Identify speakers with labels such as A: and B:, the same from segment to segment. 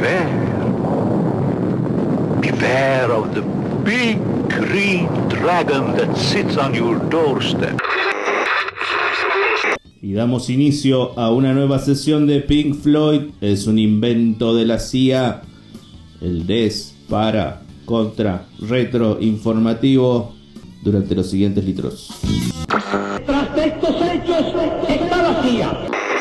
A: Beware of the big green dragon that sits on your doorstep.
B: Y damos inicio a una nueva sesión de Pink Floyd. Es un invento de la CIA. El des, para, contra, retro, informativo durante los siguientes litros.
C: Tras de estos hechos está la CIA.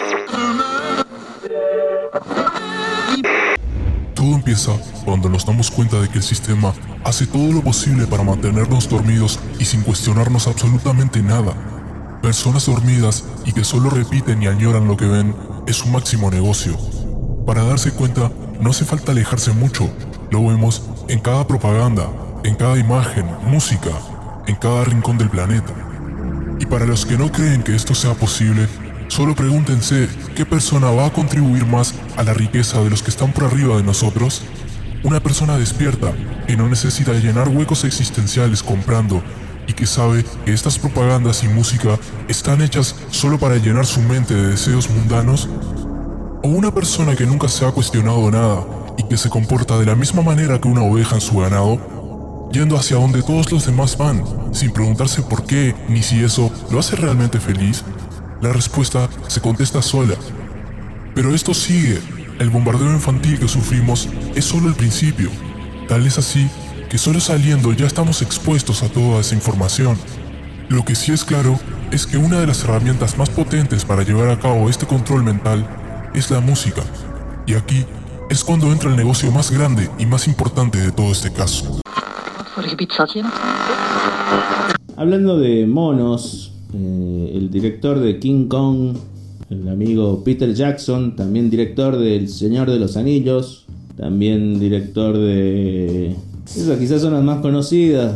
D: Todo empieza cuando nos damos cuenta de que el sistema hace todo lo posible para mantenernos dormidos y sin cuestionarnos absolutamente nada. Personas dormidas y que solo repiten y añoran lo que ven es un máximo negocio. Para darse cuenta, no hace falta alejarse mucho. Lo vemos en cada propaganda, en cada imagen, música, en cada rincón del planeta. Y para los que no creen que esto sea posible, solo pregúntense, ¿qué persona va a contribuir más a la riqueza de los que están por arriba de nosotros? Una persona despierta, que no necesita llenar huecos existenciales comprando y que sabe que estas propagandas y música están hechas solo para llenar su mente de deseos mundanos. O una persona que nunca se ha cuestionado nada y que se comporta de la misma manera que una oveja en su ganado, yendo hacia donde todos los demás van, sin preguntarse por qué ni si eso lo hace realmente feliz. La respuesta se contesta sola. Pero esto sigue. El bombardeo infantil que sufrimos es solo el principio. Tal es así que solo saliendo ya estamos expuestos a toda esa información. Lo que sí es claro es que una de las herramientas más potentes para llevar a cabo este control mental es la música. Y aquí es cuando entra el negocio más grande y más importante de todo este caso.
B: Hablando de monos, el director de King Kong, el amigo Peter Jackson, también director de El Señor de los Anillos, también director de... Esas quizás son las más conocidas.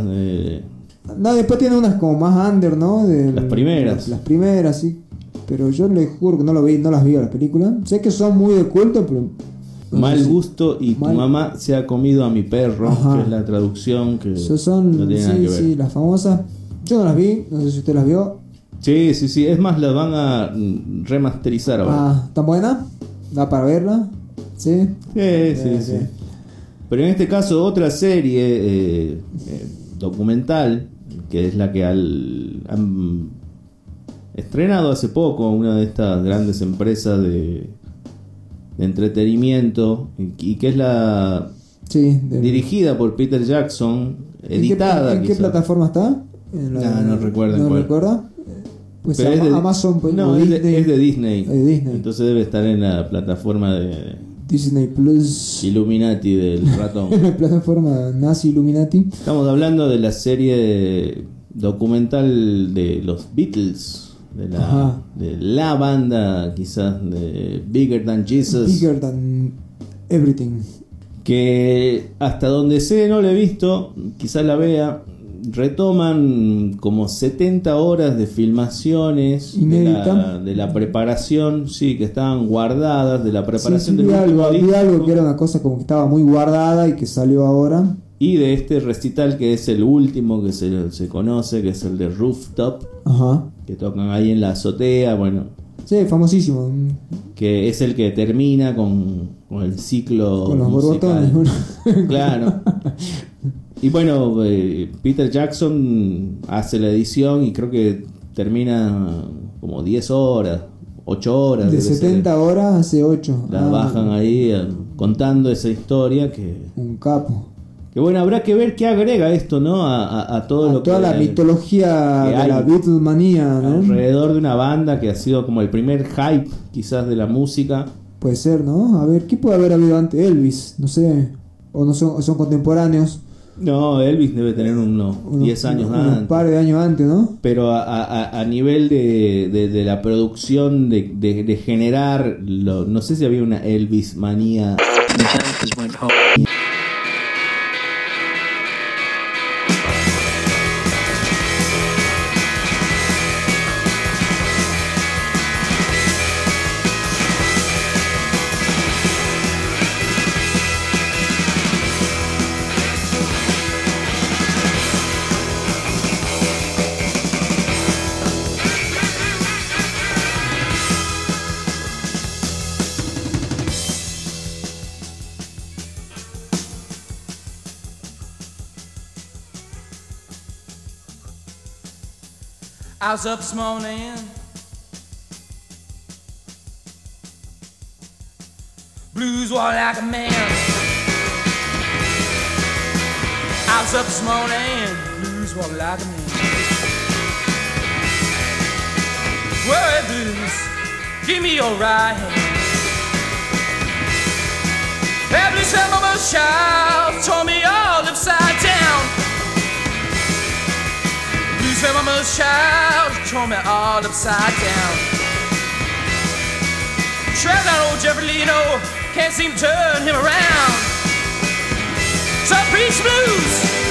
E: No, después tiene unas como más under, ¿no?
B: Las primeras.
E: Las primeras, sí. Pero yo les juro que no las vi a las películas. Sé que son muy de culto, pero...
B: Mal gusto y tu mamá se ha comido a mi perro. Ajá. Que es la traducción que
E: son,
B: no tiene nada que ver.
E: Sí, las famosas. Yo no las vi, no sé si usted las vio.
B: Sí. Es más, las van a remasterizar ahora.
E: ¿Tan buena? ¿Da para verla? Sí.
B: Sí. Pero en este caso otra serie documental, que es la que han estrenado hace poco una de estas grandes empresas de entretenimiento, y que es la dirigida por Peter Jackson, editada.
E: ¿En qué plataforma está?
B: No recuerdo.
E: ¿No recuerda? Pues
B: pero es de
E: Amazon, pues,
B: no, es de Disney.
E: Disney.
B: Entonces debe estar en la plataforma de
E: Disney Plus.
B: Illuminati del ratón.
E: La plataforma nazi Illuminati.
B: Estamos hablando de la serie documental de los Beatles. De la banda, quizás, de Bigger Than Jesus.
E: Bigger Than Everything.
B: Que hasta donde sé, no la he visto, quizás la vea. Retoman como 70 horas de filmaciones de la preparación, sí, que estaban guardadas, de la preparación del último disco.
E: Vi algo que era una cosa como que estaba muy guardada y que salió ahora.
B: Y de este recital que es el último que se conoce, que es el de Rooftop.
E: Ajá.
B: Que tocan ahí en la azotea, bueno.
E: Sí, famosísimo.
B: Que es el que termina con el ciclo
E: con los
B: musical.
E: borbotones.
B: Claro. Y bueno, Peter Jackson hace la edición y creo que termina como 10 horas, 8 horas.
E: De 70 horas hace 8.
B: La bajan ahí contando esa historia que...
E: Un capo.
B: Que bueno, habrá que ver qué agrega esto, ¿no? A todo lo
E: toda
B: que...
E: la mitología de la Beatlemanía, ¿no?
B: Alrededor de una banda que ha sido como el primer hype, quizás, de la música.
E: Puede ser, ¿no? A ver, ¿qué puede haber habido antes? Elvis, no sé. O no son contemporáneos.
B: No, Elvis debe tener unos 10 años antes.
E: Un par de años antes, ¿no?
B: Pero a nivel de la producción, de generar... no sé si había una Elvis manía.
F: I was up this morning. Blues walk like a man. I was up this morning. Blues walk like a man. Worry blues, give me your right hand. That blues felt my most child, tore me all upside down. Blues felt my most child, tore me all upside down. Trapped out old Jeffrey Lino, can't seem to turn him around. So preach blues.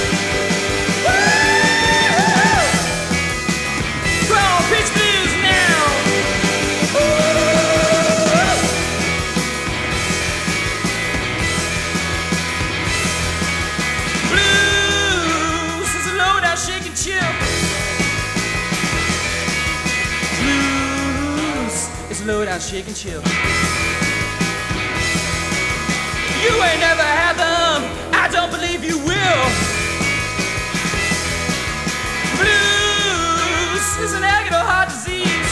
F: Woo! Come on, preach blues now. Woo! Blues is a low down shake and chill. Blues is a low down shake and chill. You ain't never had them, I don't believe you will. Blues is an agony of heart disease.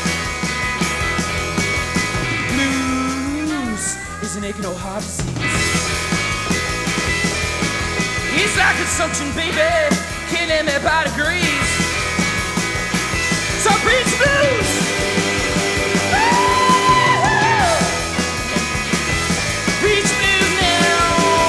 F: Blues is an aching of heart disease. It's like consumption, baby, killing me by degrees. So preach blues. Preach blues now.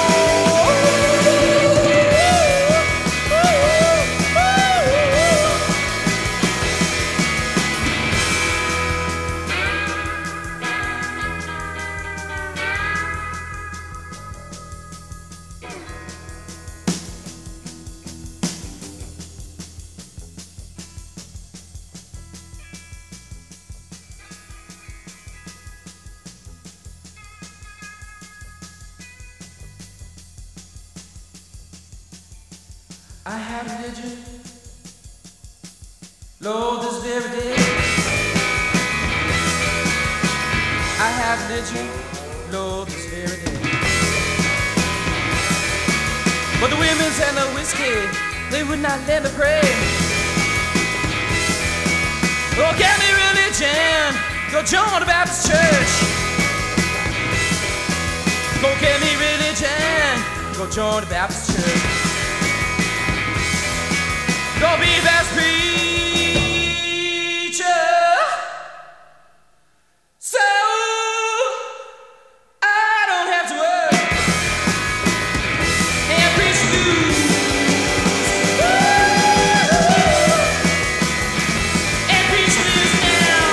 F: I have religion, Lord, this very day. I have religion, Lord, this very day. But the women's and the whiskey, they would not let me pray. Oh, get me religion, go join the Baptist church. Go get me religion, go join the Baptist church. Go be the best preacher. So I don't have to work and preach blues. And preach blues now.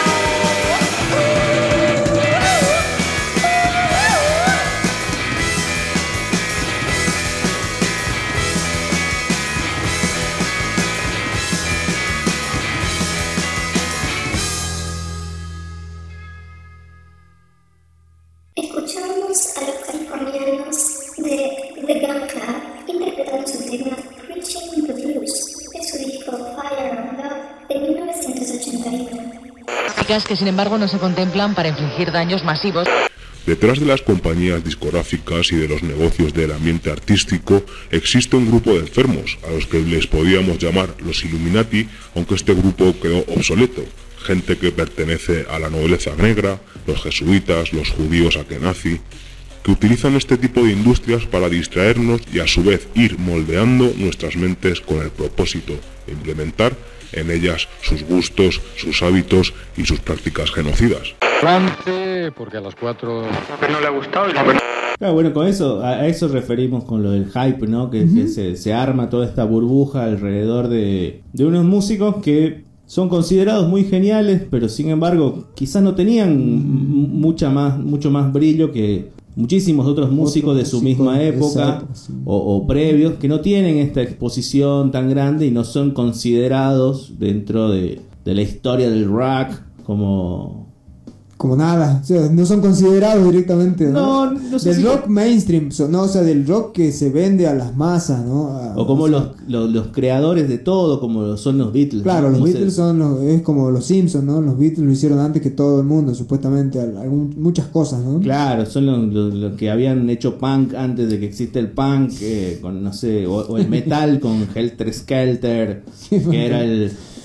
G: Escuchamos a los californianos de The Gun Club interpretando su tema Preaching the Blues de su disco Fire of Love de 1981.
H: Que sin embargo no se contemplan para infligir daños masivos.
I: Detrás de las compañías discográficas y de los negocios del ambiente artístico existe un grupo de enfermos, a los que les podíamos llamar los Illuminati, aunque este grupo quedó obsoleto. Gente que pertenece a la nobleza negra, los jesuitas, los judíos akenazi, que utilizan este tipo de industrias para distraernos y a su vez ir moldeando nuestras mentes con el propósito de implementar en ellas sus gustos, sus hábitos y sus prácticas genocidas.
J: Porque a las 4
A: no le ha gustado y la
B: Claro, bueno, con eso, a eso referimos con lo del hype, ¿no? Que se arma toda esta burbuja alrededor de unos músicos que son considerados muy geniales, pero sin embargo quizás no tenían mucho más brillo que muchísimos otros músicos de su misma época o previos, que no tienen esta exposición tan grande y no son considerados dentro de la historia del rock como
E: nada, o sea, no son considerados directamente, ¿no?
B: No sé
E: del
B: si
E: rock mainstream, no, o sea, del rock que se vende a las masas, ¿no?
B: O como los creadores de todo, como son los Beatles.
E: Claro,
B: ¿no?
E: los Beatles es como los Simpsons, ¿no? Los Beatles lo hicieron antes que todo el mundo, supuestamente, muchas cosas, ¿no?
B: Claro, son los que habían hecho punk antes de que exista el punk, con no sé, o el metal con Helter Skelter, que era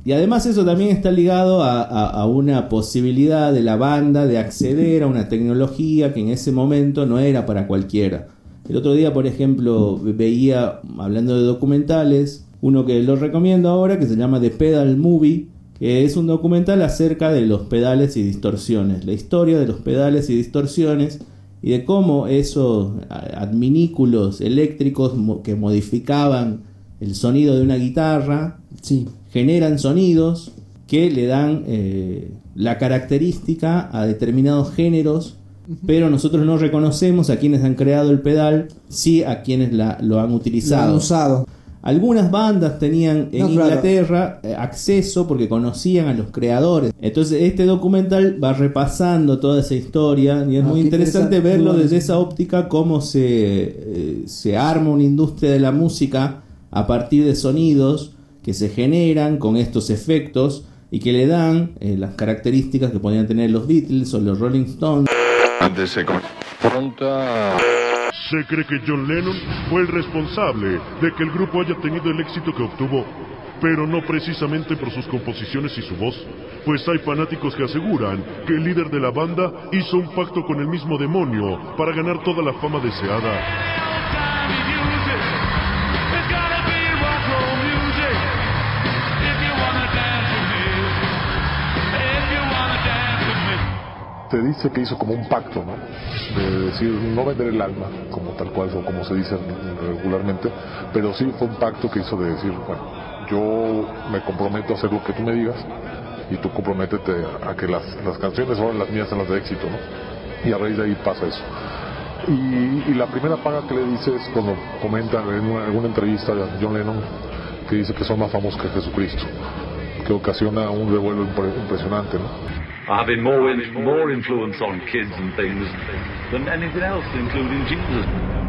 B: Y además eso también está ligado a una posibilidad de la banda de acceder a una tecnología que en ese momento no era para cualquiera. El otro día, por ejemplo, veía, hablando de documentales, uno que lo recomiendo ahora, que se llama The Pedal Movie, que es un documental acerca de los pedales y distorsiones, la historia de los pedales y distorsiones, y de cómo esos adminículos eléctricos que modificaban el sonido de una guitarra,
E: sí,
B: generan sonidos que le dan la característica a determinados géneros, pero nosotros no reconocemos a quienes han creado el pedal, sí a quienes lo han utilizado.
E: Lo han usado.
B: Algunas bandas tenían en Inglaterra acceso porque conocían a los creadores. Entonces este documental va repasando toda esa historia y es muy interesante verlo desde esa óptica, cómo se arma una industria de la música a partir de sonidos que se generan con estos efectos y que le dan las características que podían tener los Beatles o los Rolling Stones.
J: Antes se confronta.
K: Se cree que John Lennon fue el responsable de que el grupo haya tenido el éxito que obtuvo, pero no precisamente por sus composiciones y su voz, pues hay fanáticos que aseguran que el líder de la banda hizo un pacto con el mismo demonio para ganar toda la fama deseada.
L: Se dice que hizo como un pacto, ¿no? De decir, no vender el alma, como tal cual, o como se dice regularmente, pero sí fue un pacto que hizo de decir, bueno, yo me comprometo a hacer lo que tú me digas, y tú comprométete a que las canciones ahora las mías son las de éxito, ¿no? Y a raíz de ahí pasa eso. Y la primera paga que le dice es cuando comenta en alguna entrevista de John Lennon, que dice que son más famosos que Jesucristo, que ocasiona un revuelo impresionante, ¿no?
A: Having more influence on kids and things than anything else, including Jesus.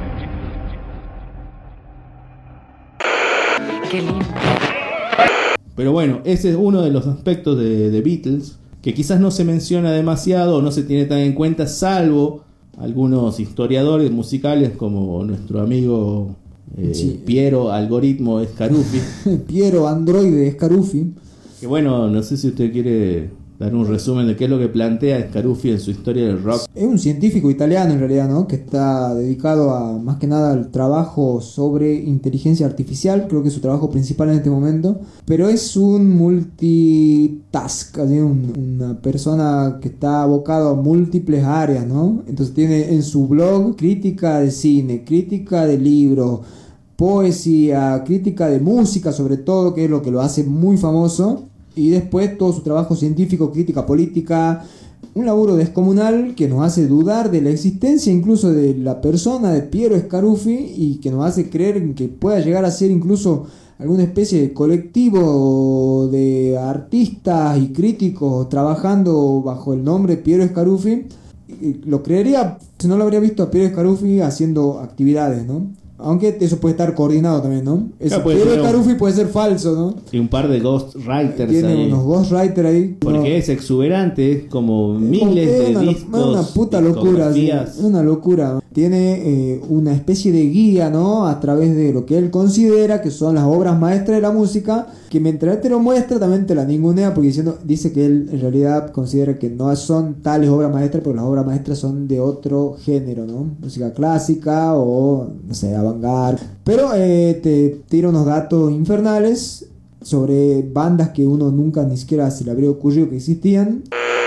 H: Qué lindo.
B: Pero bueno, ese es uno de los aspectos de Beatles que quizás no se menciona demasiado o no se tiene tan en cuenta, salvo algunos historiadores musicales como nuestro amigo Piero Algoritmo Scaruffi.
E: Piero Androide Scaruffi.
B: Que bueno, no sé si usted quiere dar un resumen de qué es lo que plantea Scaruffi en su historia del rock.
E: Es un científico italiano en realidad, ¿no? Que está dedicado a más que nada al trabajo sobre inteligencia artificial, creo que es su trabajo principal en este momento, pero es un multitask, así, una persona que está abocado a múltiples áreas, ¿no? Entonces tiene en su blog crítica de cine, crítica de libros, poesía, crítica de música sobre todo, que es lo que lo hace muy famoso. Y después todo su trabajo científico, crítica política, un laburo descomunal que nos hace dudar de la existencia incluso de la persona de Piero Scaruffi y que nos hace creer que pueda llegar a ser incluso alguna especie de colectivo de artistas y críticos trabajando bajo el nombre Piero Scaruffi. Lo creería si no lo habría visto a Piero Scaruffi haciendo actividades, ¿no? Aunque eso puede estar coordinado también, ¿no? Ese Piero Scaruffi puede ser falso, ¿no?
B: Y un par de ghostwriters
E: tiene
B: ahí.
E: Unos ghostwriters ahí.
B: Porque es exuberante, es como miles de discos.
E: Es una puta locura, ¿sí? Es una locura. Tiene una especie de guía, ¿no? A través de lo que él considera que son las obras maestras de la música, que mientras él te lo muestra también te la ningunea, porque dice que él en realidad considera que no son tales obras maestras, porque las obras maestras son de otro género, ¿no? Música clásica o, no sé, avant-garde. Pero te tira unos datos infernales sobre bandas que uno nunca ni siquiera se le habría ocurrido que existían.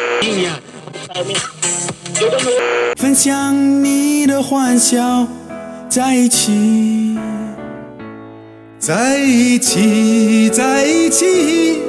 M: 分享你的欢笑，在一起，在一起，在一起。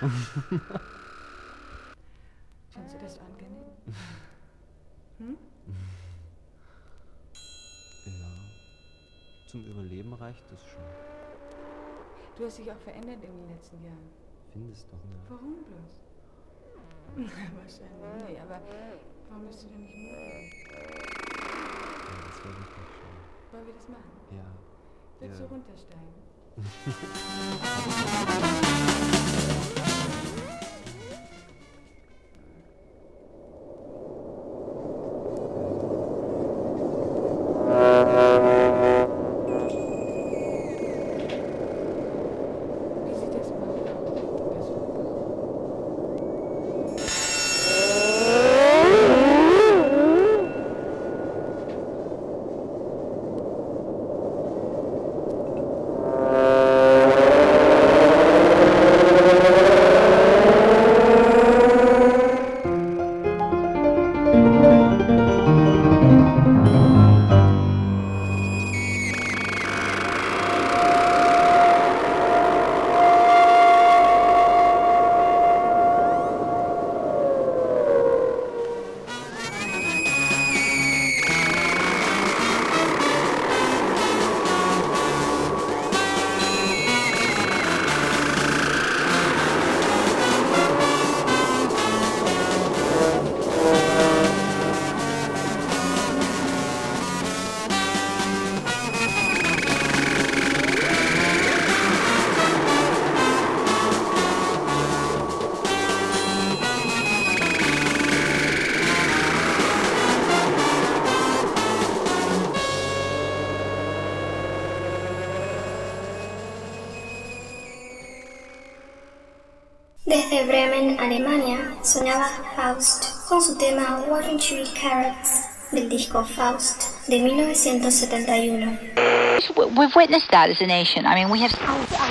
N: Findest du das angenehm? Hm?
O: Ja, zum Überleben reicht es schon.
N: Du hast dich auch verändert in den letzten Jahren.
O: Findest doch, ne?
N: Warum bloß? Wahrscheinlich. Nee, aber warum bist du denn nicht müde?
O: Ja, das wäre richtig schön.
N: Wollen wir das machen?
O: Ja.
N: Willst du runtersteigen? Wie sieht das überhaupt aus?
G: Desde Bremen, Alemania, sonaba Faust con su tema One Tree Carrots del disco Faust de 1971.
H: We've witnessed that as a nation. I mean, we have...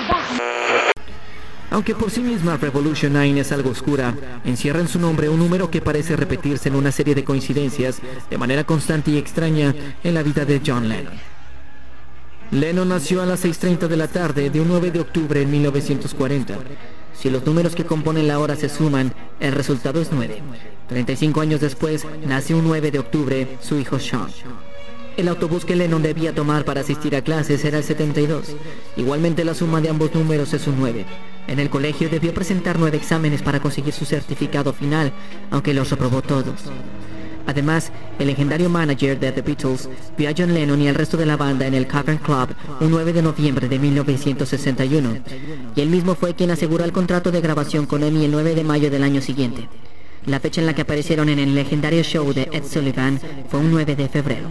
P: Aunque por sí misma Revolution 9 es algo oscura, encierra en su nombre un número que parece repetirse en una serie de coincidencias de manera constante y extraña en la vida de John Lennon. Lennon nació a las 6:30 de la tarde de un 9 de octubre en 1940. Si los números que componen la hora se suman, el resultado es 9. 35 años después, nace un 9 de octubre su hijo Sean. El autobús que Lennon debía tomar para asistir a clases era el 72. Igualmente la suma de ambos números es un 9. En el colegio debió presentar 9 exámenes para conseguir su certificado final, aunque los reprobó todos. Además, el legendario manager de The Beatles vio a John Lennon y al resto de la banda en el Cavern Club un 9 de noviembre de 1961, y él mismo fue quien aseguró el contrato de grabación con EMI el 9 de mayo del año siguiente. La fecha en la que aparecieron en el legendario show de Ed Sullivan fue un 9 de febrero.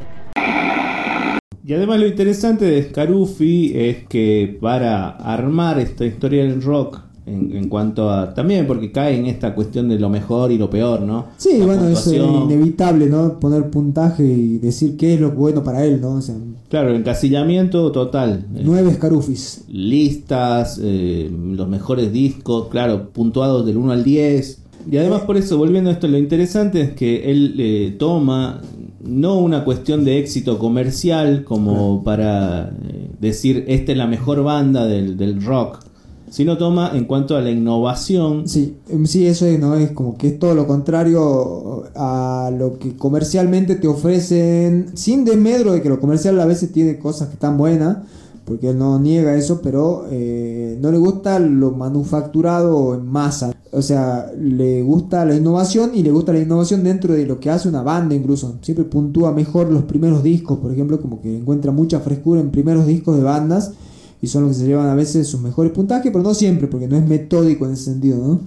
B: Y además lo interesante de Scaruffi es que para armar esta historia del rock, en cuanto a... también porque cae en esta cuestión de lo mejor y lo peor, ¿no?
E: Sí,
B: la
E: bueno,
B: puntuación.
E: es inevitable, ¿no? Poner puntaje y decir qué es lo bueno para él, ¿no? O sea,
B: claro, encasillamiento total.
E: 9 Scaruffis.
B: Listas, los mejores discos, claro, puntuados del 1 al 10. Y además por eso, volviendo a esto, lo interesante es que él toma no una cuestión de éxito comercial como para decir esta es la mejor banda del rock, sino toma en cuanto a la innovación.
E: Sí, eso es, ¿no? Es como que es todo lo contrario a lo que comercialmente te ofrecen, sin desmedro de que lo comercial a veces tiene cosas que están buenas, porque él no niega eso, pero no le gusta lo manufacturado en masa. O sea, le gusta la innovación y le gusta la innovación dentro de lo que hace una banda incluso. Siempre puntúa mejor los primeros discos, por ejemplo, como que encuentra mucha frescura en primeros discos de bandas y son los que se llevan a veces sus mejores puntajes, pero no siempre, porque no es metódico en ese sentido, ¿no?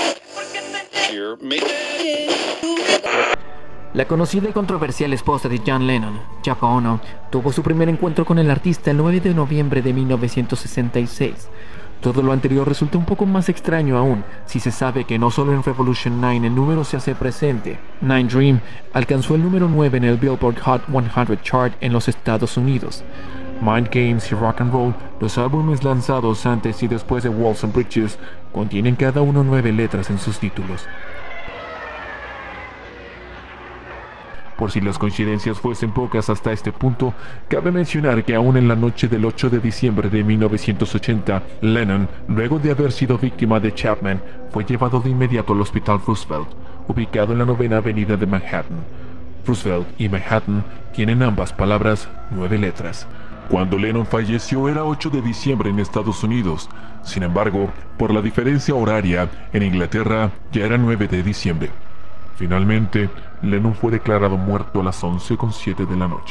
P: La conocida y controversial esposa de John Lennon, Yoko Ono, tuvo su primer encuentro con el artista el 9 de noviembre de 1966. Todo lo anterior resulta un poco más extraño aún, si se sabe que no solo en Revolution 9 el número se hace presente. Nine Dream alcanzó el número 9 en el Billboard Hot 100 chart en los Estados Unidos. Mind Games y Rock and Roll, los álbumes lanzados antes y después de Walls and Bridges, contienen cada uno 9 letras en sus títulos.
Q: Por si las coincidencias fuesen pocas hasta este punto, cabe mencionar que aún en la noche del 8 de diciembre de 1980, Lennon, luego de haber sido víctima de Chapman, fue llevado de inmediato al Hospital Roosevelt, ubicado en la 9ª avenida de Manhattan. Roosevelt y Manhattan tienen ambas palabras 9 letras. Cuando Lennon falleció era 8 de diciembre en Estados Unidos. Sin embargo, por la diferencia horaria, en Inglaterra ya era 9 de diciembre. Finalmente, Lennon fue declarado muerto a las 11:07 de la noche.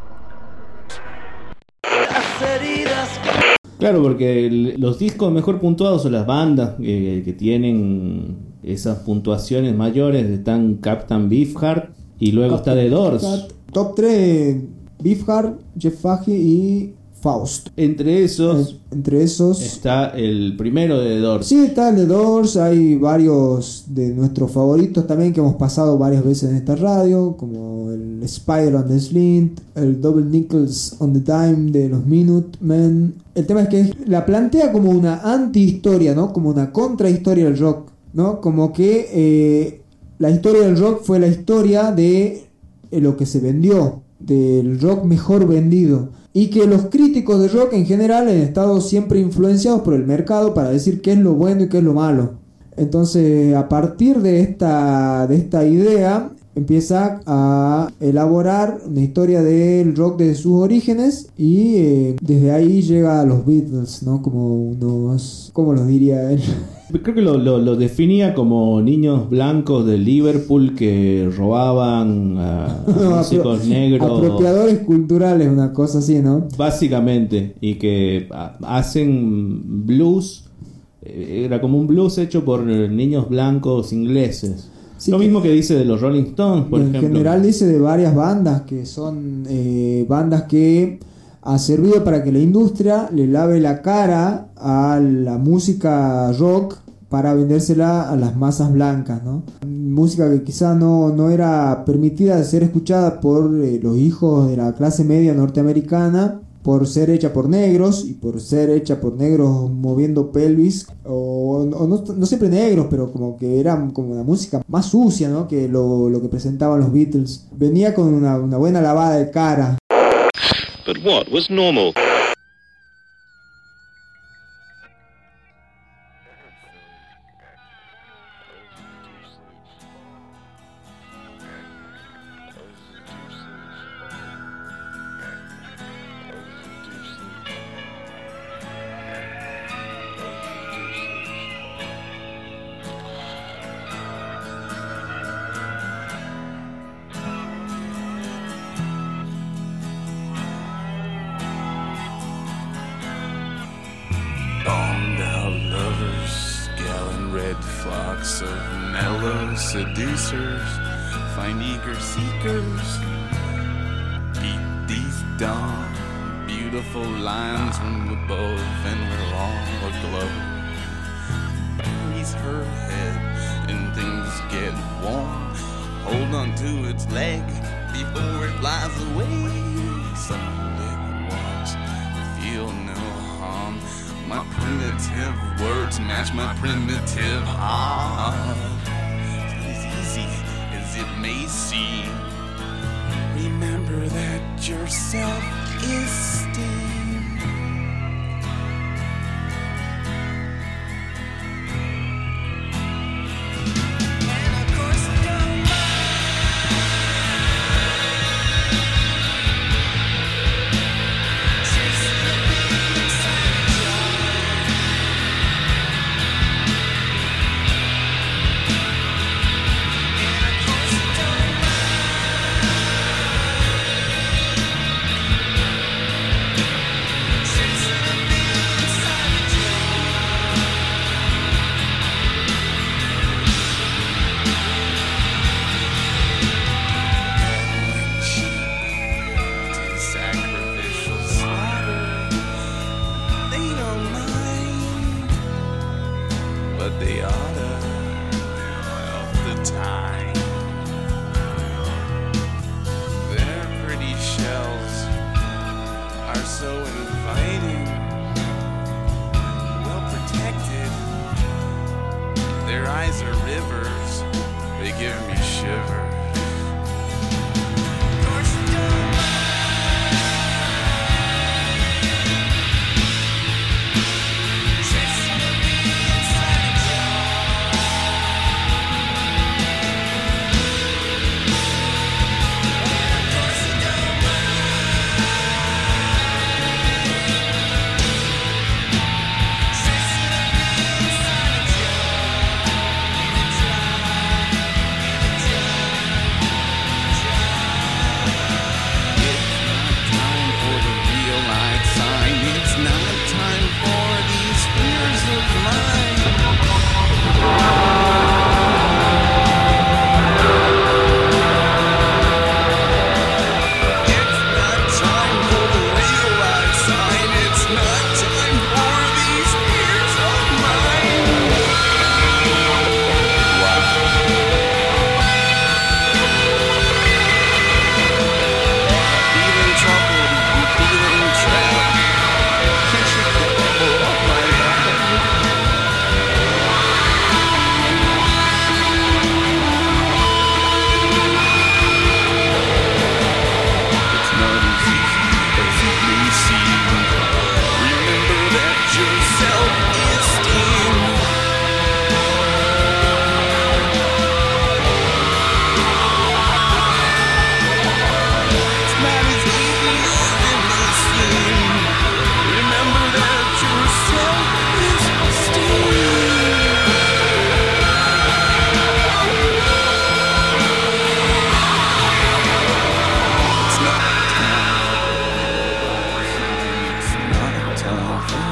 B: Claro, porque los discos mejor puntuados son las bandas que tienen esas puntuaciones mayores. Están Captain Beefheart y luego está The Doors.
E: Top 3, Beefheart, Jeff Fahey y Faust.
B: Entre esos está el primero de The Doors.
E: Sí, está el The Doors. Hay varios de nuestros favoritos también que hemos pasado varias veces en esta radio, como el Spider on the Slint, el Double Nickels on the Dime de los Minutemen. El tema es que la plantea como una anti-historia, ¿no? Como una contrahistoria del rock, ¿no? Como que la historia del rock fue la historia de lo que se vendió, del rock mejor vendido. Y que los críticos de rock en general han estado siempre influenciados por el mercado para decir qué es lo bueno y qué es lo malo. Entonces, a partir de esta idea, empieza a elaborar una historia del rock desde sus orígenes y desde ahí llega a los Beatles, ¿no? Como unos... ¿Cómo los diría él?
B: Creo que lo definía como niños blancos de Liverpool que robaban a músicos negros.
E: Apropiadores culturales, una cosa así, ¿no?
B: Básicamente, y que hacen blues. Era como un blues hecho por niños blancos ingleses. Sí, lo mismo que dice de los Rolling Stones, por ejemplo.
E: En general dice de varias bandas que son bandas que ha servido para que la industria le lave la cara a la música rock para vendérsela a las masas blancas, ¿no? Música que quizá no era permitida de ser escuchada por los hijos de la clase media norteamericana, por ser hecha por negros y por ser hecha por negros moviendo pelvis, o no siempre negros, pero como que era como una música más sucia, ¿no? Que lo que presentaban los Beatles. Venía con una buena lavada de cara.
R: But what was normal?
S: Seducers, find eager seekers, beat these dumb, beautiful lines from above, and we're all aglow. Buries her head and things get warm. Hold on to its leg before it flies away. Some liquid walks, feel no harm. My primitive words match my primitive heart. It may seem, remember that your self-esteem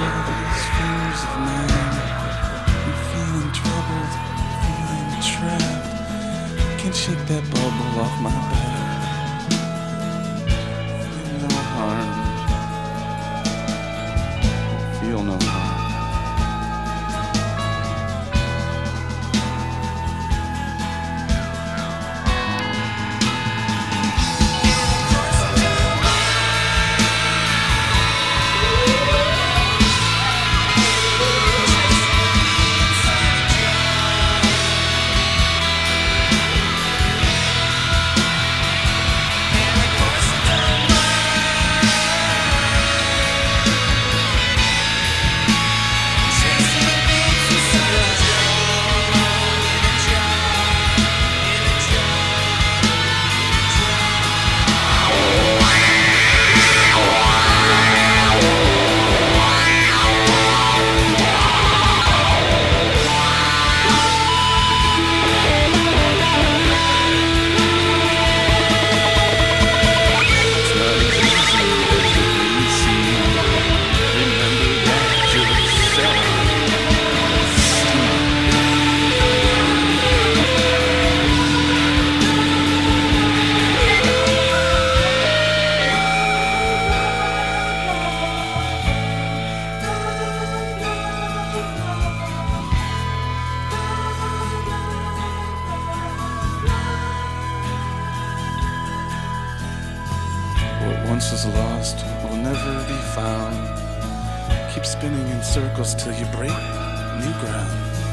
S: all these fears of mine. I'm feeling troubled, feeling trapped. Can't shake that bubble off my back. Feel no harm. Feel no harm. Once is lost will never be found. Keep spinning in circles till you break new ground.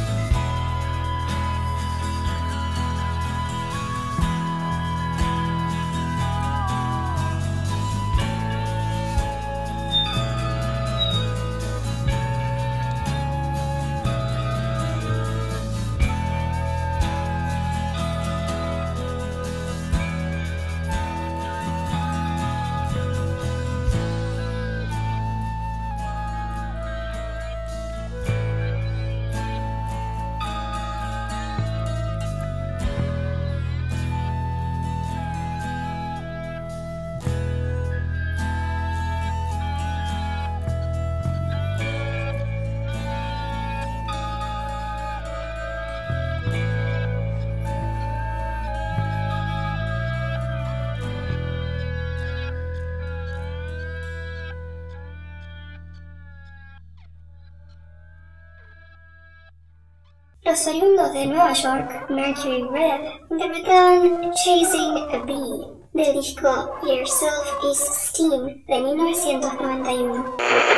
G: Los oriundos de Nueva York, Mercury Rev, interpretaban Chasing a Bee del disco Yourself is Steam de 1991.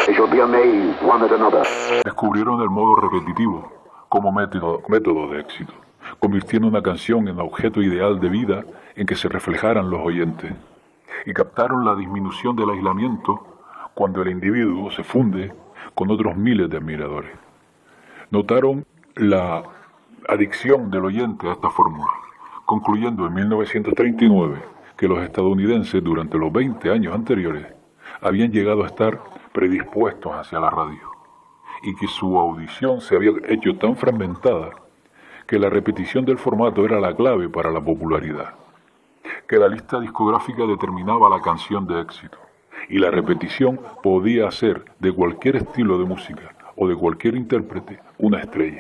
I: Descubrieron el modo repetitivo como método de éxito, convirtiendo una canción en objeto ideal de vida en que se reflejaran los oyentes, y captaron la disminución del aislamiento cuando el individuo se funde con otros miles de admiradores. Notaron la adicción del oyente a esta fórmula, concluyendo en 1939 que los estadounidenses durante los 20 años anteriores habían llegado a estar predispuestos hacia la radio y que su audición se había hecho tan fragmentada que la repetición del formato era la clave para la popularidad, que la lista discográfica determinaba la canción de éxito y la repetición podía hacer de cualquier estilo de música o de cualquier intérprete una estrella.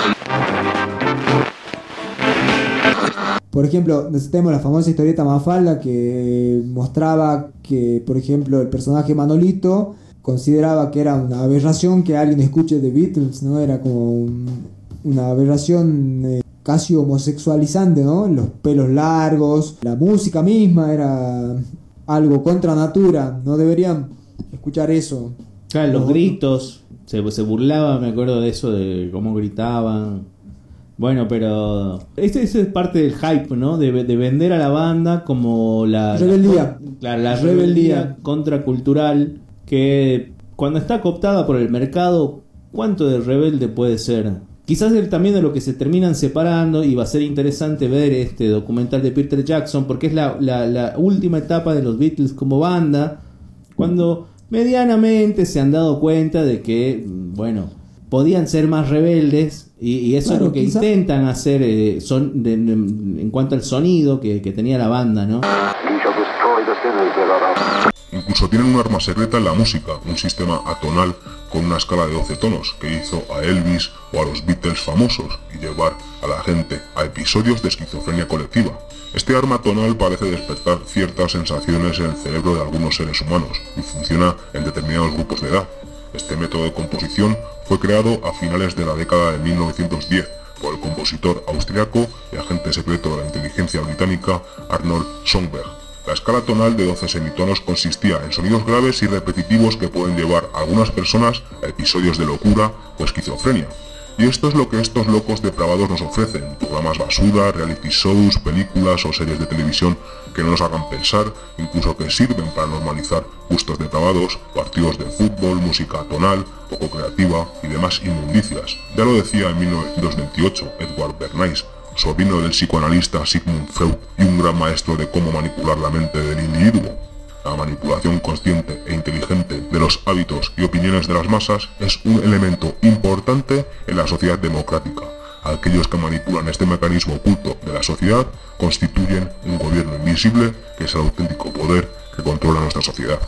E: Por ejemplo, tenemos la famosa historieta Mafalda que mostraba que, por ejemplo, el personaje Manolito consideraba que era una aberración que alguien escuche The Beatles, ¿no? Era como una aberración casi homosexualizante, ¿no? Los pelos largos, la música misma era algo contra natura, no deberían escuchar eso.
B: Claro, los gritos, se burlaba, me acuerdo de eso, de cómo gritaban. Bueno, pero eso es parte del hype, ¿no? De vender a la banda como la
E: rebeldía.
B: La rebeldía contracultural, que cuando está cooptada por el mercado, ¿cuánto de rebelde puede ser? Quizás también de lo que se terminan separando, y va a ser interesante ver este documental de Peter Jackson, porque es la última etapa de los Beatles como banda, cuando medianamente se han dado cuenta de que, bueno, podían ser más rebeldes, y eso es lo que intentan hacer en cuanto al sonido que tenía la banda, ¿no?
I: Incluso tienen un arma secreta en la música, un sistema atonal con una escala de 12 tonos que hizo a Elvis o a los Beatles famosos y llevar a la gente a episodios de esquizofrenia colectiva. Este arma tonal parece despertar ciertas sensaciones en el cerebro de algunos seres humanos y funciona en determinados grupos de edad. Este método de composición fue creado a finales de la década de 1910 por el compositor austriaco y agente secreto de la inteligencia británica Arnold Schoenberg. La escala tonal de 12 semitonos consistía en sonidos graves y repetitivos que pueden llevar a algunas personas a episodios de locura o esquizofrenia. Y esto es lo que estos locos depravados nos ofrecen: programas basura, reality shows, películas o series de televisión que no nos hagan pensar, incluso que sirven para normalizar gustos depravados, partidos de fútbol, música tonal, poco creativa y demás inmundicias. Ya lo decía en 1928 Edward Bernays, sobrino del psicoanalista Sigmund Freud y un gran maestro de cómo manipular la mente del individuo. La manipulación consciente e inteligente de los hábitos y opiniones de las masas es un elemento importante en la sociedad democrática. Aquellos que manipulan este mecanismo oculto de la sociedad constituyen un gobierno invisible que es el auténtico poder que controla nuestra sociedad.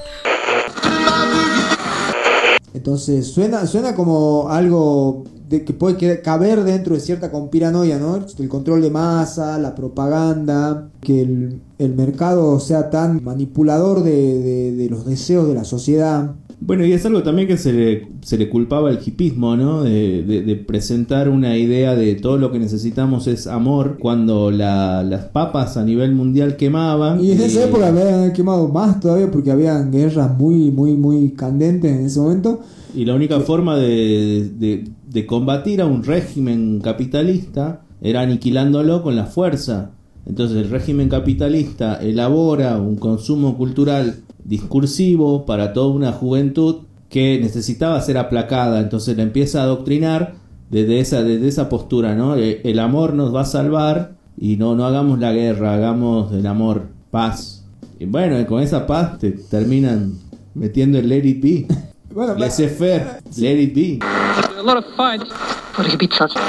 E: Entonces suena como algo que puede caber dentro de cierta conspiranoia, ¿no? El control de masa, la propaganda, que el mercado sea tan manipulador de los deseos de la sociedad.
B: Bueno, y es algo también que se le culpaba al hipismo, ¿no? De presentar una idea de todo lo que necesitamos es amor, cuando las papas a nivel mundial quemaban.
E: Y en esa época habían quemado más todavía porque habían guerras muy candentes en ese momento.
B: Y la única forma de combatir a un régimen capitalista era aniquilándolo con la fuerza. Entonces el régimen capitalista elabora un consumo cultural discursivo para toda una juventud que necesitaba ser aplacada. Entonces le empieza a adoctrinar desde esa postura, ¿no? El amor nos va a salvar y no hagamos la guerra, hagamos el amor, paz. Y bueno, con esa paz te terminan metiendo el let it be.
E: Bueno,
B: laissez-faire, let it be.
F: A lot of fights for the beach shots.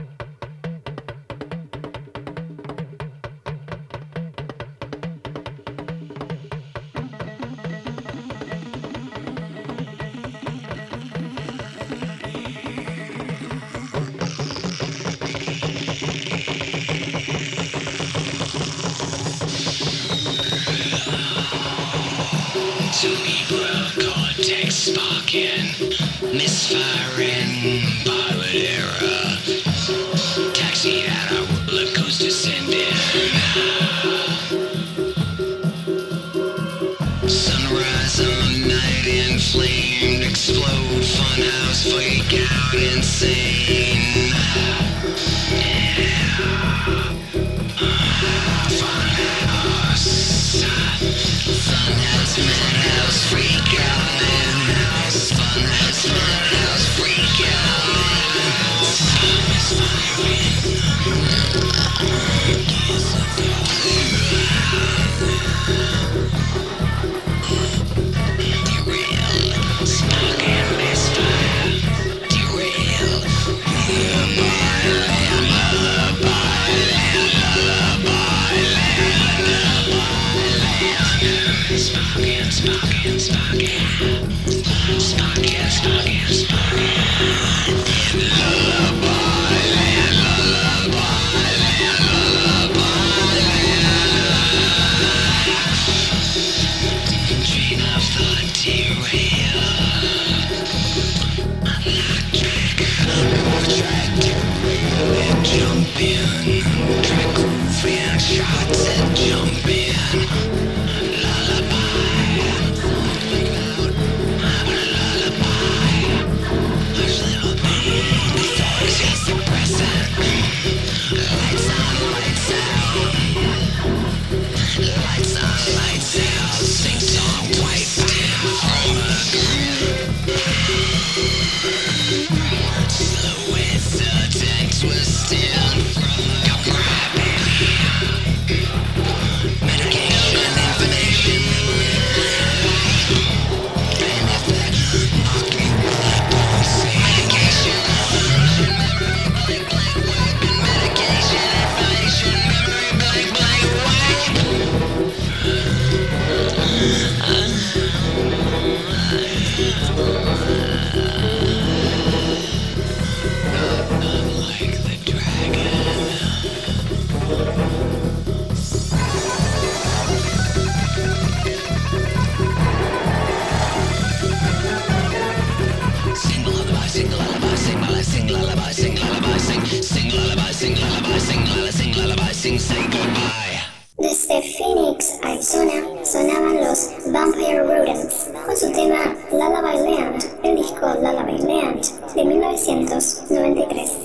T: Misfiring, pilot error. Taxi at a roller coaster sending. Sunrise on night inflamed, explode, funhouse, freak out, insane. Funhouse, madhouse, freak out, madhouse. Funhouse, madhouse, freak out,
G: Beatles con su tema Lullaby Land, el disco Lullaby Land de 1993.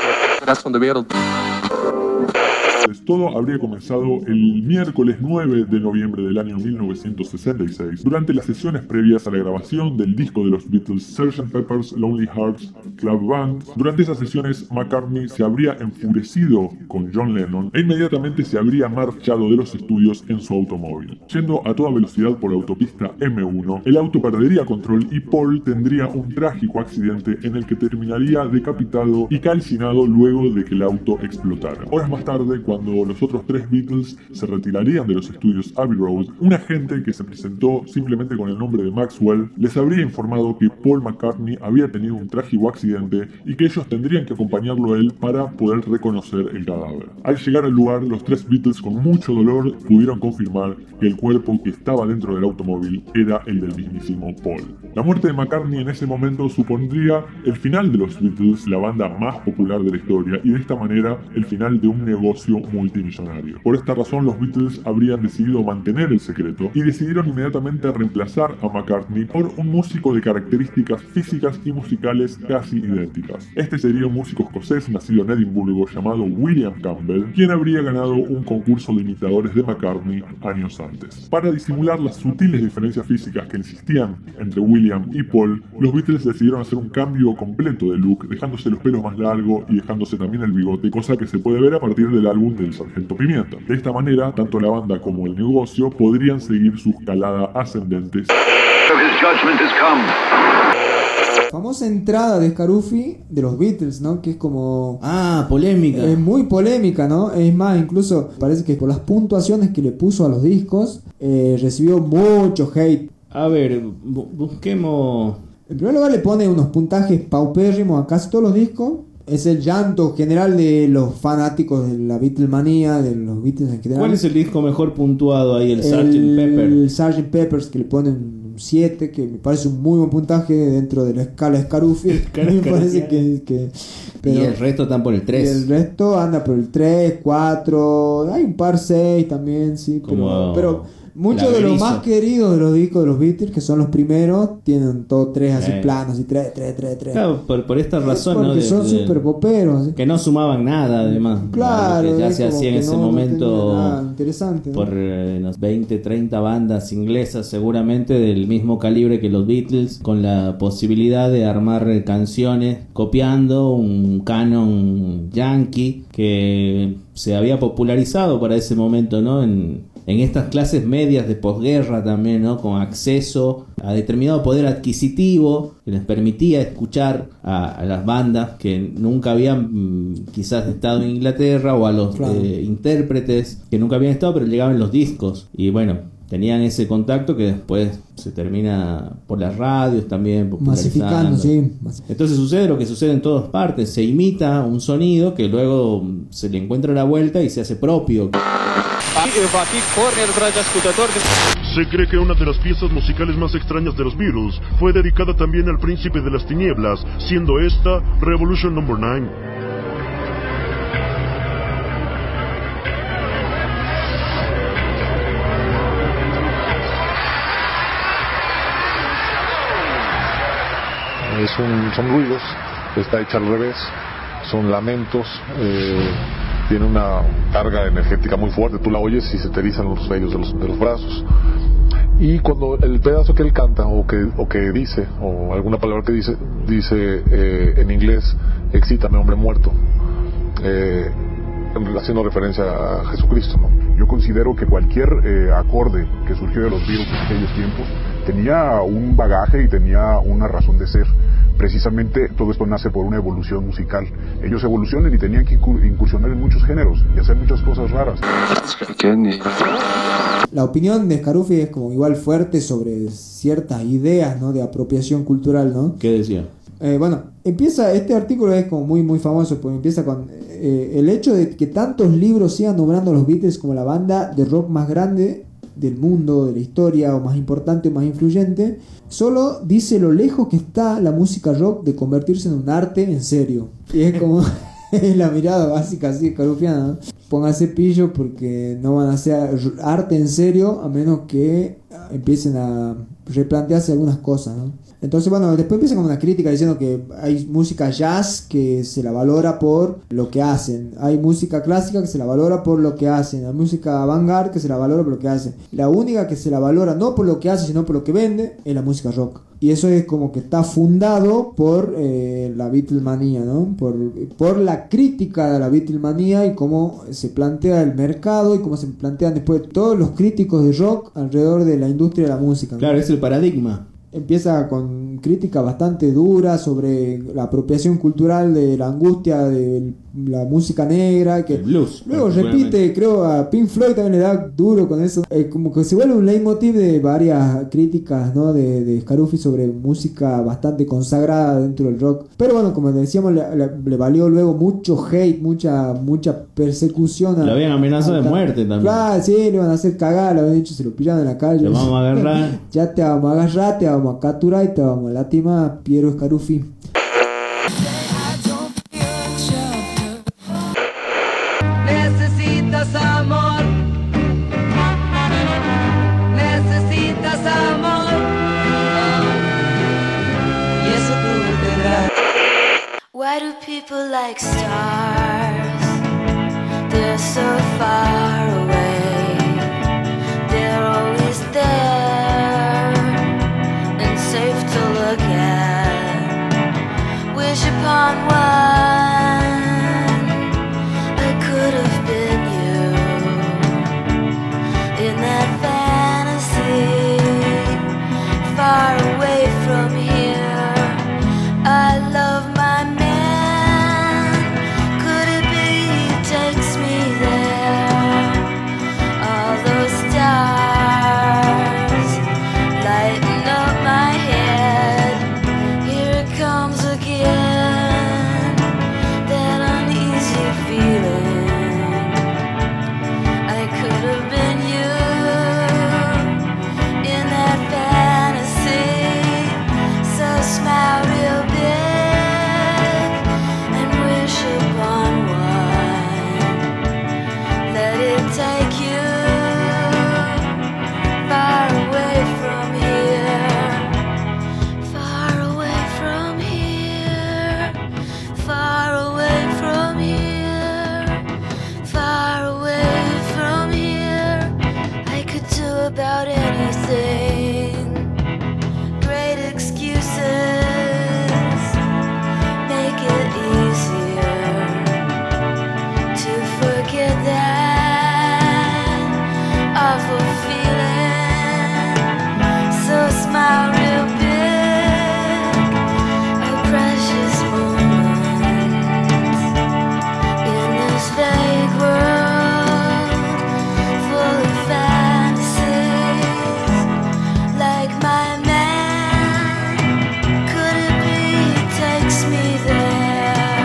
K: Todo habría comenzado el miércoles 9 de noviembre del año 1966, durante las sesiones previas a la grabación del disco de los Beatles Sgt. Pepper's Lonely Hearts Club Band. Durante esas sesiones, McCartney se habría enfurecido con John Lennon e inmediatamente se habría marchado de los estudios en su automóvil. Yendo a toda velocidad por la autopista M1, el auto perdería control y Paul tendría un trágico accidente en el que terminaría decapitado y calcinado luego de que el auto explotara. Horas más tarde, cuando los otros tres Beatles se retirarían de los estudios Abbey Road, un agente que se presentó simplemente con el nombre de Maxwell les habría informado que Paul McCartney había tenido un trágico accidente y que ellos tendrían que acompañarlo a él para poder reconocer el cadáver. Al llegar al lugar, los tres Beatles con mucho dolor pudieron confirmar que el cuerpo que estaba dentro del automóvil era el del mismísimo Paul. La muerte de McCartney en ese momento supondría el final de los Beatles, la banda más popular de la historia, y de esta manera el final de un negocio multimillonario. Por esta razón, los Beatles habrían decidido mantener el secreto y decidieron inmediatamente reemplazar a McCartney por un músico de características físicas y musicales casi idénticas. Este sería un músico escocés nacido en Edimburgo llamado William Campbell, quien habría ganado un concurso de imitadores de McCartney años antes. Para disimular las sutiles diferencias físicas que existían entre William y Paul, los Beatles decidieron hacer un cambio completo de look, dejándose los pelos más largos y dejándose también el bigote, cosa que se puede ver a partir del álbum del Sargento Pimienta. De esta manera, tanto la banda como el negocio podrían seguir su escalada ascendente.
E: Famosa entrada de Scaruffi de los Beatles, ¿no? Que es como...
B: polémica.
E: Es muy polémica, ¿no? Es más, incluso parece que por las puntuaciones que le puso a los discos, recibió mucho hate.
B: A ver, busquemos...
E: En primer lugar le pone unos puntajes paupérrimos a casi todos los discos. Es el llanto general de los fanáticos de la Beatlemanía, de los Beatles en general.
B: ¿Cuál es el disco mejor puntuado ahí? El Sgt. Pepper.
E: El Sgt. Peppers, que le ponen un 7, que me parece un muy buen puntaje dentro de la escala Scaruffi. Me parece que pero,
B: y el resto están por el 3.
E: Y el resto anda por el 3, 4, hay un par 6 también, sí. Pero muchos de los más queridos de los discos de los Beatles, que son los primeros, tienen todos 3 así planos y 3.
B: Claro, por esta razón,
E: porque
B: ¿no?
E: Son super poperos. ¿Sí?
B: Que no sumaban nada, además.
E: Claro.
B: Que ya se hacía en ese momento.
E: Nada interesante, ¿no?
B: Por unas 20, 30 bandas inglesas, seguramente del mismo calibre que los Beatles, con la posibilidad de armar canciones copiando un canon yankee que se había popularizado para ese momento, ¿no? En estas clases medias de posguerra también, ¿no? Con acceso a determinado poder adquisitivo que les permitía escuchar a las bandas que nunca habían quizás estado en Inglaterra, o a los intérpretes que nunca habían estado pero llegaban los discos, y bueno, tenían ese contacto que después se termina por las radios también
E: masificando, sí.
B: Entonces sucede lo que sucede en todas partes, se imita un sonido que luego se le encuentra la vuelta y se hace propio.
K: Se cree que una de las piezas musicales más extrañas de los Beatles fue dedicada también al Príncipe de las Tinieblas, siendo esta Revolution No. 9.
L: Son ruidos, está hecha al revés, son lamentos, tiene una carga energética muy fuerte, tú la oyes y se te erizan los vellos de los brazos. Y cuando el pedazo que él canta o que dice, o alguna palabra que dice en inglés, excítame hombre muerto, haciendo referencia a Jesucristo, ¿no? Yo considero que cualquier acorde que surgió de los Beatles en aquellos tiempos tenía un bagaje y tenía una razón de ser. Precisamente todo esto nace por una evolución musical. Ellos evolucionan y tenían que incursionar en muchos géneros y hacer muchas cosas raras.
E: La opinión de Scaruffi es como igual fuerte sobre ciertas ideas, ¿no? De apropiación cultural, ¿no?
B: ¿Qué decía?
E: Bueno, empieza, este artículo es como muy famoso, porque empieza con el hecho de que tantos libros sigan nombrando a los Beatles como la banda de rock más grande del mundo, de la historia, o más importante o más influyente, solo dice lo lejos que está la música rock de convertirse en un arte en serio. Y es como la mirada básica así, escaruffiana, ¿no? pónganse pillo porque no van a hacer arte en serio a menos que empiecen a replantearse algunas cosas, ¿no? Entonces, bueno, después empieza con una crítica diciendo que hay música jazz que se la valora por lo que hacen, hay música clásica que se la valora por lo que hacen, hay música avant-garde que se la valora por lo que hacen. La única que se la valora no por lo que hace, sino por lo que vende, es la música rock. Y eso es como que está fundado por la Beatlemanía, ¿no? Por la crítica de la Beatlemanía y cómo se plantea el mercado y cómo se plantean después todos los críticos de rock alrededor de la industria de la música, ¿no?
B: Claro, es el paradigma.
E: Empieza con crítica bastante dura sobre la apropiación cultural de la angustia de la música negra, que
B: el blues,
E: luego repite, creo a Pink Floyd también le da duro con eso, como que se vuelve un leitmotiv de varias críticas, ¿no? de Scaruffi sobre música bastante consagrada dentro del rock. Pero bueno, como decíamos, le valió luego mucho hate, mucha persecución.
B: Le habían amenazado de muerte también.
E: Claro, sí, le iban a hacer cagar, le habían dicho, se lo pillaron en la calle.
B: Te vamos a agarrar.
E: Ya te vamos a agarrar, te vamos a capturar y te vamos a lastimar, Piero Scaruffi.
F: Necesitas amor. Necesitas amor. Y eso tú tendrás.
U: Why do people like stars? They're so far away. They're always there and safe to look at. Wish upon one. I could have been you in that fantasy, far away from here. I love my man. Could it be he takes me there? All those stars lighten up my head. Here it comes again, that uneasy feeling. I could have been you in that fantasy. So smile real big and wish upon one. Let it take you far away from here, far away from here, far away from here, far away from here. I could do about anything. Great excuses make it easier to forget that awful feeling. So smile real big, a precious moment in this vague world full of fantasies. Like my man, could it be he takes me there,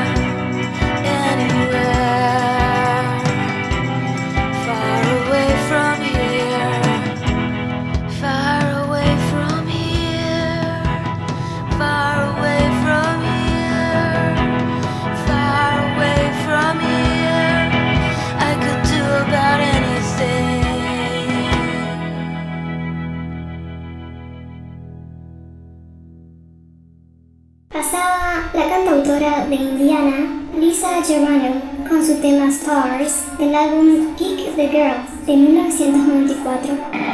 U: anywhere, far away from here, far away from here, far away from here, far away from here. I could do about anything.
G: Pasaba la cantautora de Indiana, Lisa Germano, con su tema Stars, del álbum Kick the Girl, de 1994.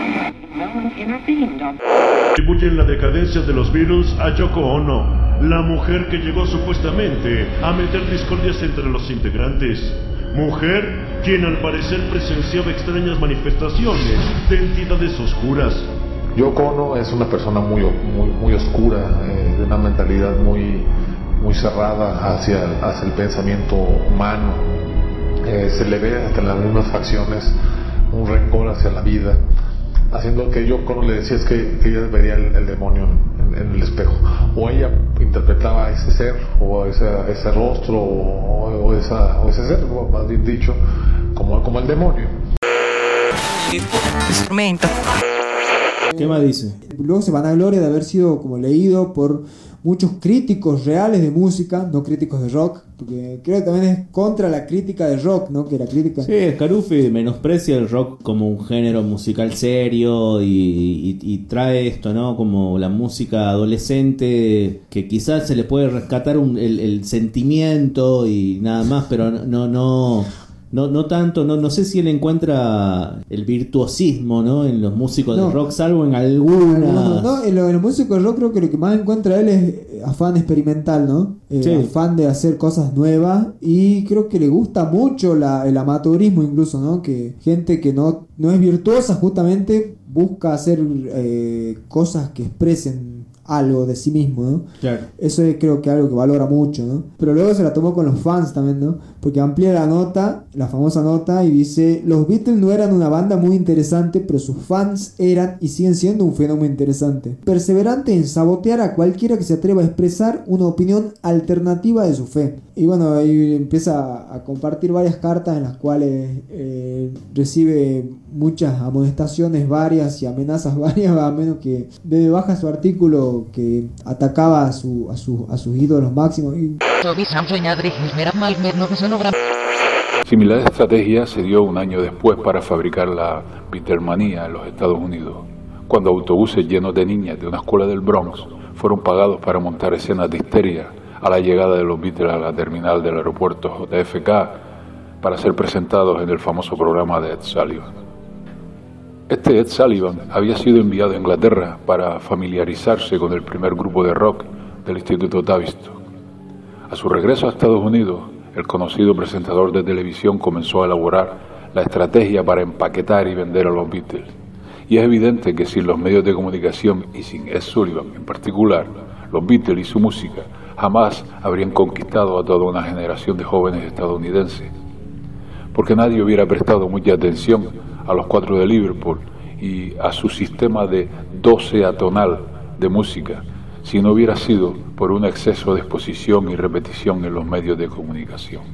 K: Atribuye en la decadencia de los Beatles a Yoko Ono, la mujer que llegó supuestamente a meter discordias entre los integrantes. Mujer quien al parecer presenciaba extrañas manifestaciones de entidades oscuras.
L: Yoko Ono es una persona muy oscura, de una mentalidad muy cerrada hacia el pensamiento humano. Se le ve hasta en las mismas facciones un rencor hacia la vida, haciendo que Yoko Ono le decía es que ella veía el demonio en el espejo, o ella interpretaba ese ser, o ese rostro, o ese ser, más bien dicho, como el demonio.
E: Instrumento. ¿Qué más dice? Luego se vanagloria de haber sido como leído por muchos críticos reales de música, no críticos de rock, porque creo que también es contra la crítica de rock, ¿no? Que la crítica...
B: Sí, Scaruffi menosprecia el rock como un género musical serio y trae esto, ¿no? Como la música adolescente, que quizás se le puede rescatar el sentimiento y nada más, pero no tanto, no sé si él encuentra el virtuosismo, ¿no? En los músicos de rock, salvo en alguna...
E: En los músicos de rock creo que lo que más encuentra él es afán experimental, ¿no?
B: Sí.
E: Afán de hacer cosas nuevas, y creo que le gusta mucho el amateurismo incluso, ¿no? Que gente que no es virtuosa justamente busca hacer cosas que expresen algo de sí mismo, ¿no?
B: Claro.
E: Eso es, creo que algo que valora mucho, ¿no? Pero luego se la tomó con los fans también, ¿no? Porque amplía la nota, la famosa nota, y dice: los Beatles no eran una banda muy interesante, pero sus fans eran y siguen siendo un fenómeno interesante, perseverante en sabotear a cualquiera que se atreva a expresar una opinión alternativa de su fe. Y bueno, ahí empieza a compartir varias cartas en las cuales recibe muchas amonestaciones varias y amenazas varias, a menos que de baja su artículo que atacaba a sus ídolos máximos.
C: Similar estrategia se dio un año después para fabricar la Beatlemanía en los Estados Unidos, cuando autobuses llenos de niñas de una escuela del Bronx fueron pagados para montar escenas de histeria a la llegada de los Beatles a la terminal del aeropuerto JFK para ser presentados en el famoso programa de Ed Sullivan. Este Ed Sullivan había sido enviado a Inglaterra para familiarizarse con el primer grupo de rock del Instituto Tavistock. A su regreso a Estados Unidos, el conocido presentador de televisión comenzó a elaborar la estrategia para empaquetar y vender a los Beatles. Y es evidente que sin los medios de comunicación y sin Ed Sullivan en particular, los Beatles y su música jamás habrían conquistado a toda una generación de jóvenes estadounidenses, porque nadie hubiera prestado mucha atención a los Cuatro de Liverpool y a su sistema de 12 atonal de música si no hubiera sido por un exceso de exposición y repetición en los medios de comunicación.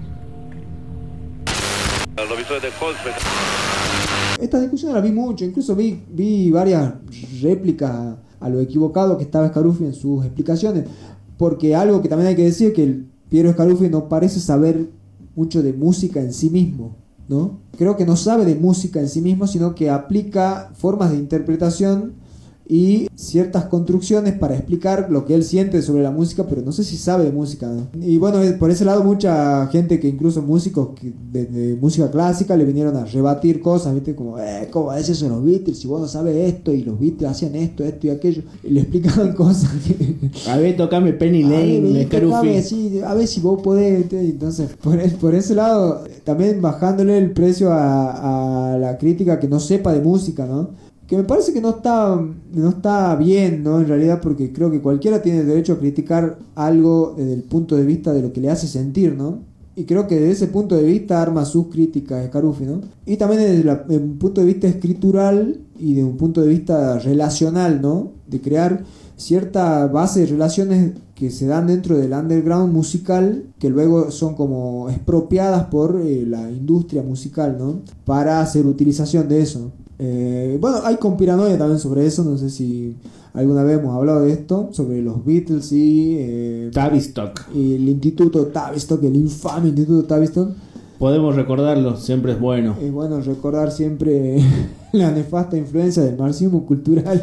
E: Esta discusión la vi mucho, incluso vi varias réplicas a lo equivocado que estaba Scaruffi en sus explicaciones, porque algo que también hay que decir, que el Piero Scaruffi no parece saber mucho de música en sí mismo, ¿no? Creo que no sabe de música en sí mismo, sino que aplica formas de interpretación y ciertas construcciones para explicar lo que él siente sobre la música, pero no sé si sabe de música, ¿no? Y bueno, por ese lado mucha gente, que incluso músicos de música clásica le vinieron a rebatir cosas, ¿viste? Como, ¿cómo decís eso de los Beatles? Si vos no sabes esto, y los Beatles hacían esto y aquello, y le explicaban cosas que...
B: A ver, tocame Penny Lane,
E: Scaruffi. A ver si vos podés, ¿viste? Entonces, por ese lado, también bajándole el precio a la crítica que no sepa de música, ¿no? Que me parece que no está bien, ¿no? En realidad, porque creo que cualquiera tiene derecho a criticar algo desde el punto de vista de lo que le hace sentir, ¿no? Y creo que desde ese punto de vista arma sus críticas de Scaruffi, ¿no? Y también desde un punto de vista escritural y de un punto de vista relacional, ¿no? De crear cierta base de relaciones que se dan dentro del underground musical, que luego son como expropiadas por la industria musical, ¿no? Para hacer utilización de eso. Bueno, hay conspiranoia también sobre eso, no sé si alguna vez hemos hablado de esto, sobre los Beatles y
B: Tavistock.
E: Y el Instituto Tavistock, el infame Instituto Tavistock.
B: Podemos recordarlo, siempre es bueno.
E: Es bueno recordar siempre la nefasta influencia del marxismo cultural.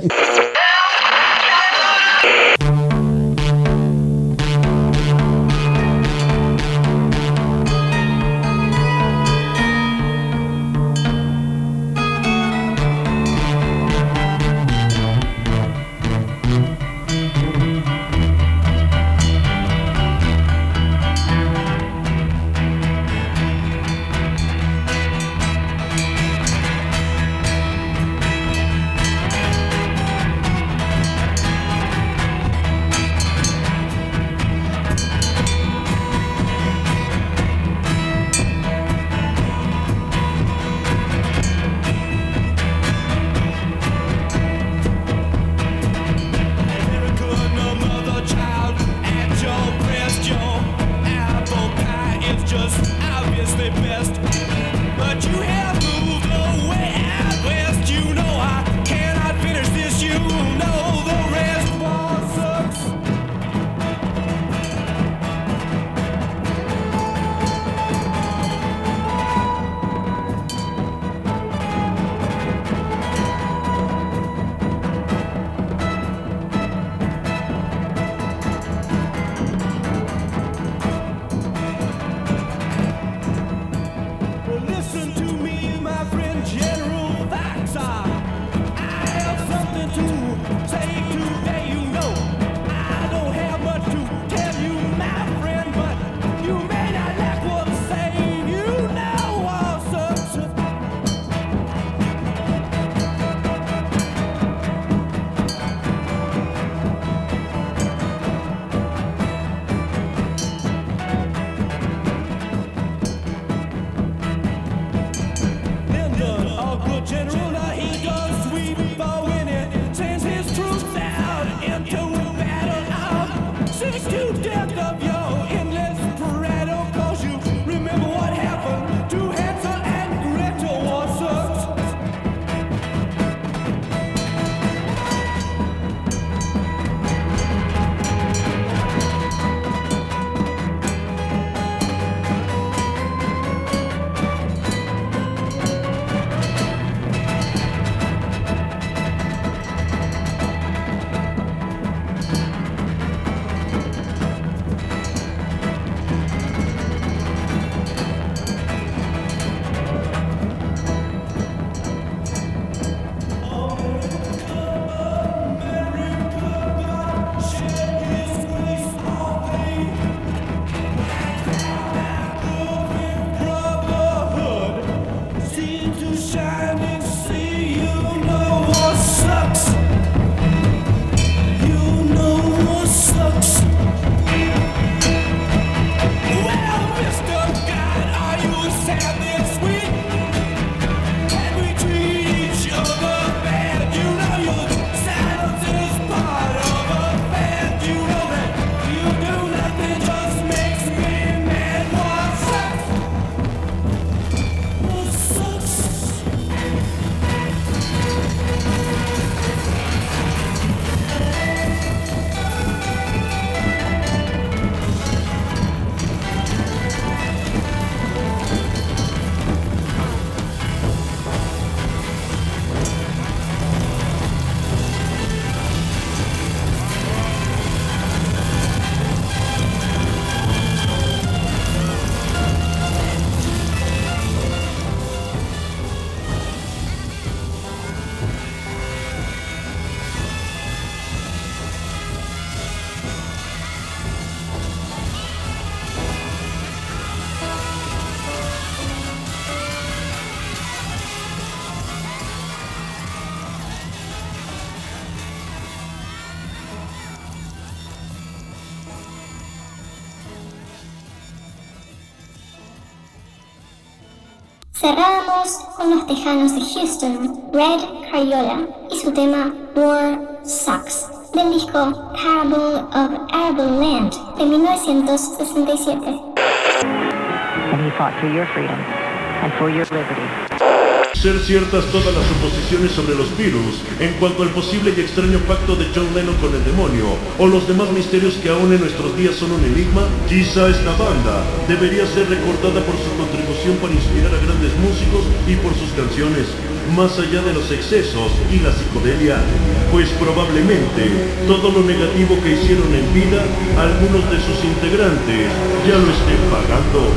G: Cerrábamos con los tejanos de Houston, Red Crayola, y su tema War Sucks, del disco Parable of Arable Land de 1967.
D: And he fought for your freedom and for your liberty.
K: Ser ciertas todas las suposiciones sobre los Beatles en cuanto al posible y extraño pacto de John Lennon con el demonio, o los demás misterios que aún en nuestros días son un enigma, quizá esta banda debería ser recordada por su contribución para inspirar a grandes músicos y por sus canciones, más allá de los excesos y la psicodelia, pues probablemente todo lo negativo que hicieron en vida, algunos de sus integrantes ya lo estén pagando.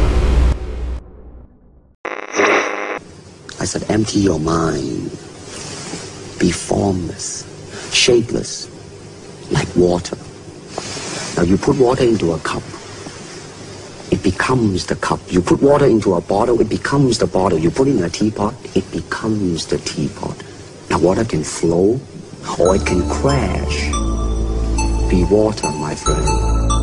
V: I said, empty your mind. Be formless, shapeless, like water. Now you put water into a cup, it becomes the cup. You put water into a bottle, it becomes the bottle. You put it in a teapot, it becomes the teapot. Now water can flow, or it can crash. Be water, my friend.